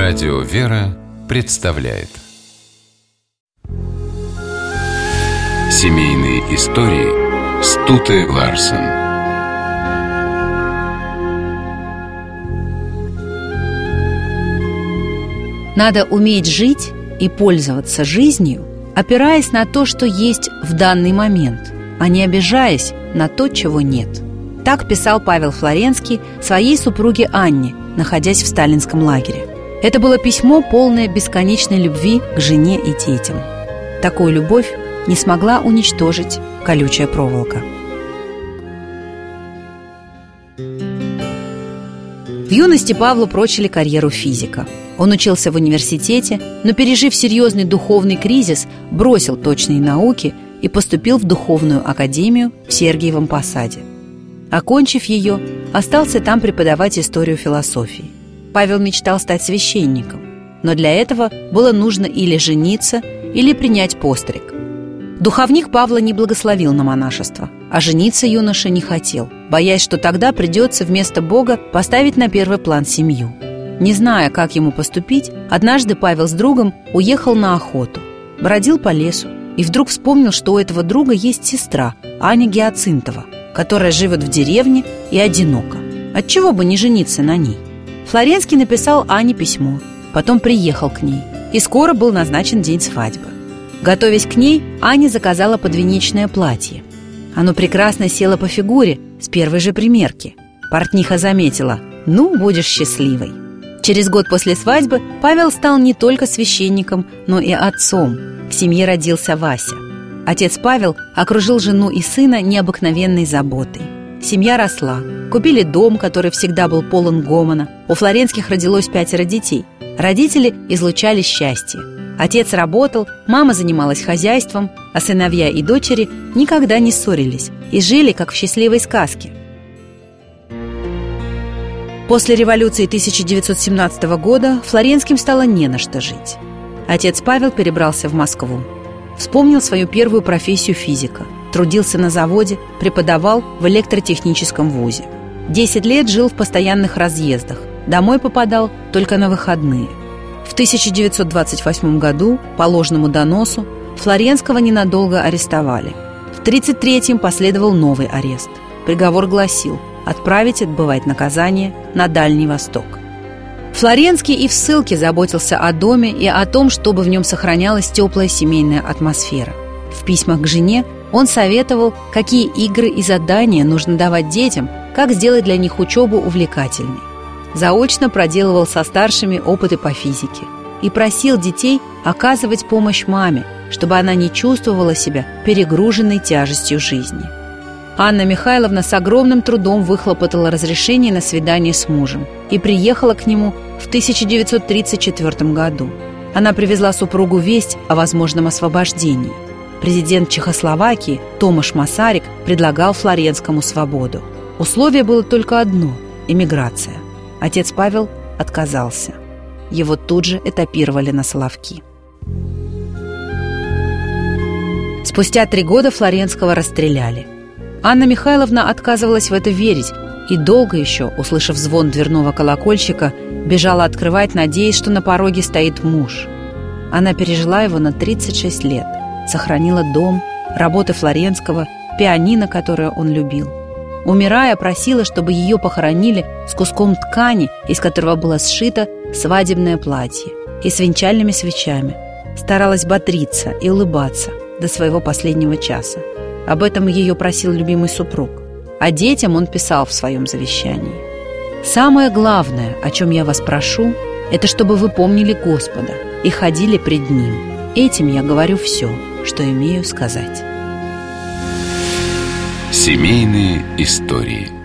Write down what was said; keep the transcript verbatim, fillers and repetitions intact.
Радио «Вера» представляет Семейные истории Стуте Ларсен. Надо уметь жить и пользоваться жизнью, опираясь на то, что есть в данный момент, а не обижаясь на то, чего нет. Так писал Павел Флоренский своей супруге Анне, находясь в сталинском лагере. Это было письмо, полное бесконечной любви к жене и детям. Такую любовь не смогла уничтожить колючая проволока. В юности Павлу прочили карьеру физика. Он учился в университете, но, пережив серьезный духовный кризис, бросил точные науки и поступил в духовную академию в Сергиевом Посаде. Окончив ее, остался там преподавать историю философии. Павел мечтал стать священником, но для этого было нужно или жениться, или принять постриг. Духовник Павла не благословил на монашество, а жениться юноша не хотел, боясь, что тогда придется вместо Бога поставить на первый план семью. Не зная, как ему поступить, однажды Павел с другом уехал на охоту, бродил по лесу и вдруг вспомнил, что у этого друга есть сестра, Аня Гиацинтова, которая живет в деревне и одинока. Отчего бы не жениться на ней? Флоренский написал Ане письмо, потом приехал к ней, и скоро был назначен день свадьбы. Готовясь к ней, Аня заказала подвенечное платье. Оно прекрасно село по фигуре с первой же примерки. Портниха заметила: «Ну, будешь счастливой». Через год после свадьбы Павел стал не только священником, но и отцом. В семье родился Вася. Отец Павел окружил жену и сына необыкновенной заботой. Семья росла. Купили дом, который всегда был полон гомона. У Флоренских родилось пятеро детей. Родители излучали счастье. Отец работал, мама занималась хозяйством, а сыновья и дочери никогда не ссорились и жили, как в счастливой сказке. После революции тысяча девятьсот семнадцатого года Флоренским стало не на что жить. Отец Павел перебрался в Москву. Вспомнил свою первую профессию физика. Трудился на заводе, преподавал в электротехническом вузе. Десять лет жил в постоянных разъездах. Домой попадал только на выходные. В тысяча девятьсот двадцать восьмом году по ложному доносу Флоренского ненадолго арестовали. В тридцать третьем последовал новый арест. Приговор гласил: отправить отбывать наказание на Дальний Восток. Флоренский и в ссылке заботился о доме и о том, чтобы в нем сохранялась теплая семейная атмосфера. В письмах к жене он советовал, какие игры и задания нужно давать детям, как сделать для них учебу увлекательной. Заочно проделывал со старшими опыты по физике и просил детей оказывать помощь маме, чтобы она не чувствовала себя перегруженной тяжестью жизни. Анна Михайловна с огромным трудом выхлопотала разрешение на свидание с мужем и приехала к нему в тысяча девятьсот тридцать четвёртом году. Она привезла супругу весть о возможном освобождении. Президент Чехословакии Томаш Масарик предлагал Флоренскому свободу. Условие было только одно – эмиграция. Отец Павел отказался. Его тут же этапировали на Соловки. Спустя три года Флоренского расстреляли. Анна Михайловна отказывалась в это верить и долго еще, услышав звон дверного колокольчика, бежала открывать, надеясь, что на пороге стоит муж. Она пережила его на тридцать шесть лет, сохранила дом, работы Флоренского, пианино, которое он любил. Умирая, просила, чтобы ее похоронили с куском ткани, из которого было сшито свадебное платье, и с венчальными свечами. Старалась бодриться и улыбаться до своего последнего часа. Об этом ее просил любимый супруг. А детям он писал в своем завещании: «Самое главное, о чем я вас прошу, это чтобы вы помнили Господа и ходили пред Ним. Этим я говорю все, что имею сказать». Семейные истории.